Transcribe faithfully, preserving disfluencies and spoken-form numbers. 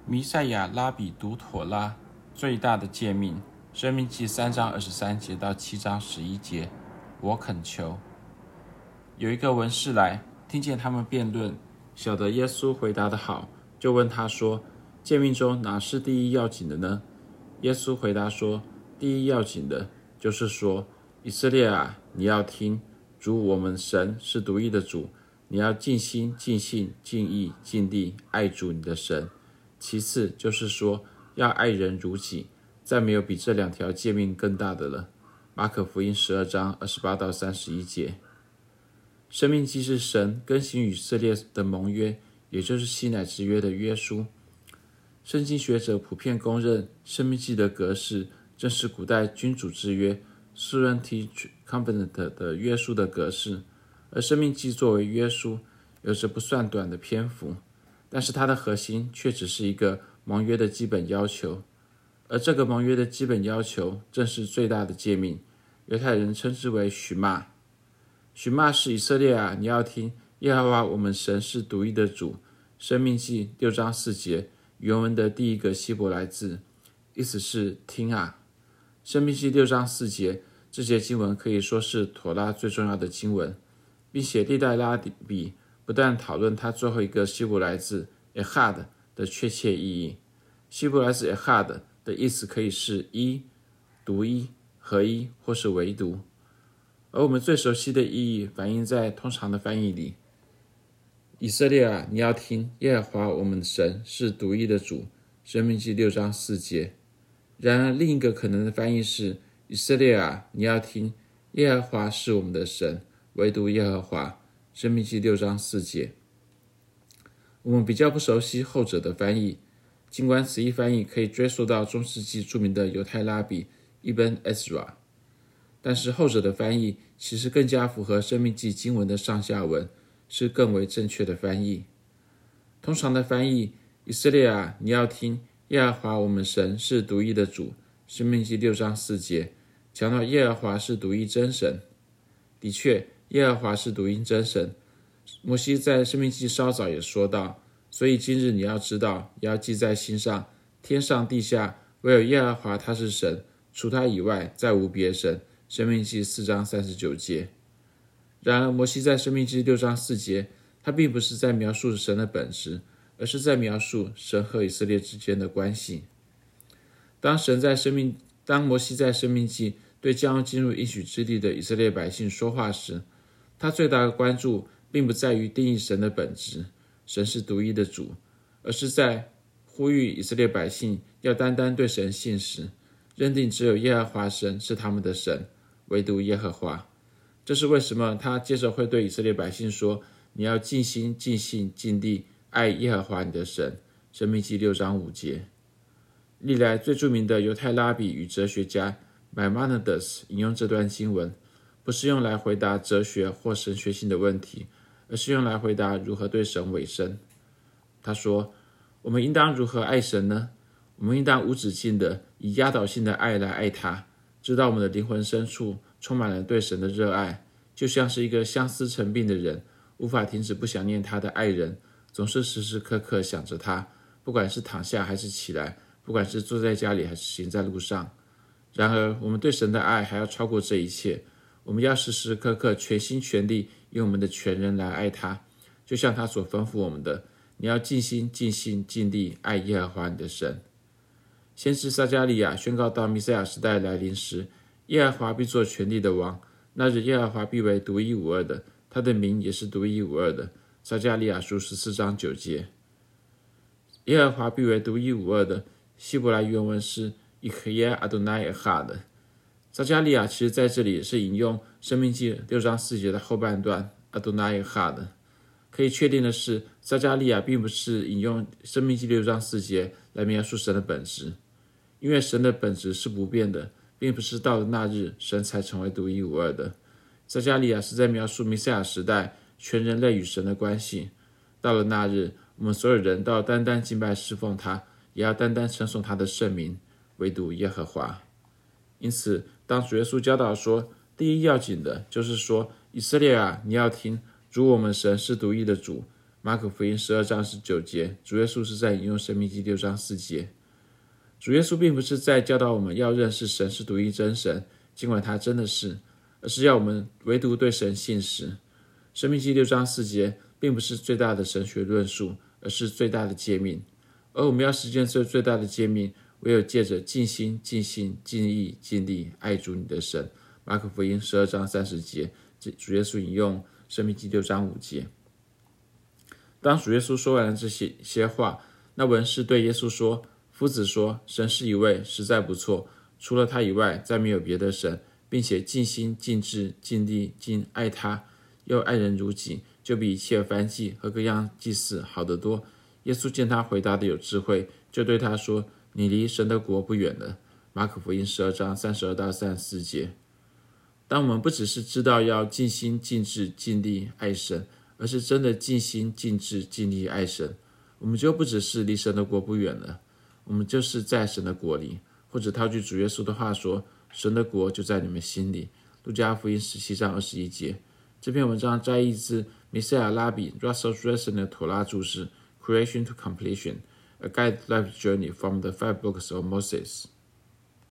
弥赛亚拉比读妥拉最大的诫命，申命记三章二十三节到七章十一节。我恳求。有一个文士来，听见他们辩论，晓得耶稣回答得好，就问他说：诫命中哪是第一要紧的呢？耶稣回答说：第一要紧的，就是说，以色列啊，你要听，主我们神是独一的主，你要尽心、尽性、尽意、尽力爱主你的神。其次就是说，要爱人如己，再没有比这两条诫命更大的了。马可福音十二章二十八到三十一节。申命记是神更新以色列的盟约，也就是西乃之约的约书。圣经学者普遍公认，申命记的格式正是古代君主制约 （Sovereignty Covenant） 的约书的格式。而申命记作为约书，有着不算短的篇幅，但是它的核心却只是一个盟约的基本要求。而这个盟约的基本要求正是最大的诫命，犹太人称之为许骂。许骂是以色列啊，你要听，耶和华我们神是独一的主。申命记六章四节原文的第一个希伯来字，意思是听啊。申命记六章四节这节经文可以说是妥拉最重要的经文，并且历代拉比不但讨论它最后一个希伯来字 echad 的确切意义。希伯来字 echad 的意思可以是一、独一、合一或是唯独。而我们最熟悉的意义反映在通常的翻译里。以色列啊，你要听，耶和华我们的神是独一的主。申命记六章四节。然而另一个可能的翻译是：以色列啊，你要听，耶和华是我们的神，唯独耶和华。申命记六章四节。我们比较不熟悉后者的翻译，尽管此一翻译可以追溯到中世纪著名的犹太拉比 Ibn Ezra， 但是后者的翻译其实更加符合申命记经文的上下文，是更为正确的翻译。通常的翻译：以色列啊，你要听，耶和华我们神是独一的主。申命记六章四节强调耶和华是独一真神。的确，耶和华是独一真神。摩西在申命记稍早也说到，所以今日你要知道，也要记在心上，天上地下唯有耶和华他是神，除他以外再无别神。申命记四章三十九节。然而摩西在申命记六章四节，他并不是在描述神的本质，而是在描述神和以色列之间的关系。当神在生命当摩西在申命记对将要进入应许之地的以色列百姓说话时，他最大的关注并不在于定义神的本质，神是独一的主，而是在呼吁以色列百姓要单单对神信实，认定只有耶和华神是他们的神，唯独耶和华。这是为什么他接着会对以色列百姓说，你要尽心、尽性、尽力爱耶和华你的神。申命记六章五节。历来最著名的犹太拉比与哲学家 Maimonides 引用这段经文，不是用来回答哲学或神学性的问题，而是用来回答如何对神委身。他说，我们应当如何爱神呢？我们应当无止境的以压倒性的爱来爱他，直到我们的灵魂深处充满了对神的热爱，就像是一个相思成病的人，无法停止不想念他的爱人，总是时时刻刻想着他，不管是躺下还是起来，不管是坐在家里还是行在路上。然而我们对神的爱还要超过这一切，我们要时时刻刻全心全力用我们的全人来爱他，就像他所吩咐我们的，你要尽心尽性尽力爱耶和华你的神。先知撒迦利亚宣告到弥赛亚时代来临时，耶和华必做全地的王，那日耶和华必为独一无二的，他的名也是独一无二的。撒迦利亚书十四章九节。耶和华必为独一无二的，希伯来原文是 Yehye Adonai Echad。 撒迦利亚其实在这里是引用申命记六章四节的后半段 Adonai Echad。 可以确定的是，撒迦利亚并不是引用申命记六章四节来描述神的本质，因为神的本质是不变的，并不是到了那日神才成为独一无二的。撒迦利亚是在描述弥赛亚时代全人类与神的关系，到了那日，我们所有人都要单单敬拜侍奉他，也要单单称颂他的圣名，唯独耶和华。因此当主耶稣教导说，第一要紧的就是说，以色列啊，你要听，主我们神是独一的主， 马可福音十二章十九节，主耶稣是在引用申命记六章四节。主耶稣并不是在教导我们要认识神是独一真神，尽管他真的是，而是要我们唯独对神信实。申命记六章四节并不是最大的神学论述，而是最大的诫命。而我们要实践这最大的诫命，唯有借着尽心、尽心、尽意、尽力爱主你的神。马可福音十二章三十节，主耶稣引用申命记六章五节。当主耶稣说完了这些些话，那文士对耶稣说：“夫子说，神是一位，实在不错，除了他以外，再没有别的神，并且尽心、尽智、尽力、尽爱他，又爱人如己，就比一切燔祭和各样祭祀好得多。”耶稣见他回答的有智慧，就对他说：“你离神的国不远了。”马可福音十二章三十二到三十四节。当我们不只是知道要尽心、尽智、尽力爱神，而是真的尽心、尽智、尽力爱神，我们就不只是离神的国不远了，我们就是在神的国里，或者套句主耶稣的话说，神的国就在你们心里。路加福音十七章二十一节。这篇文章摘译自米塞尔拉比 Russell Dresen 的妥拉注释 Creation to Completion, A Guide Life Journey from the Five Books of Moses。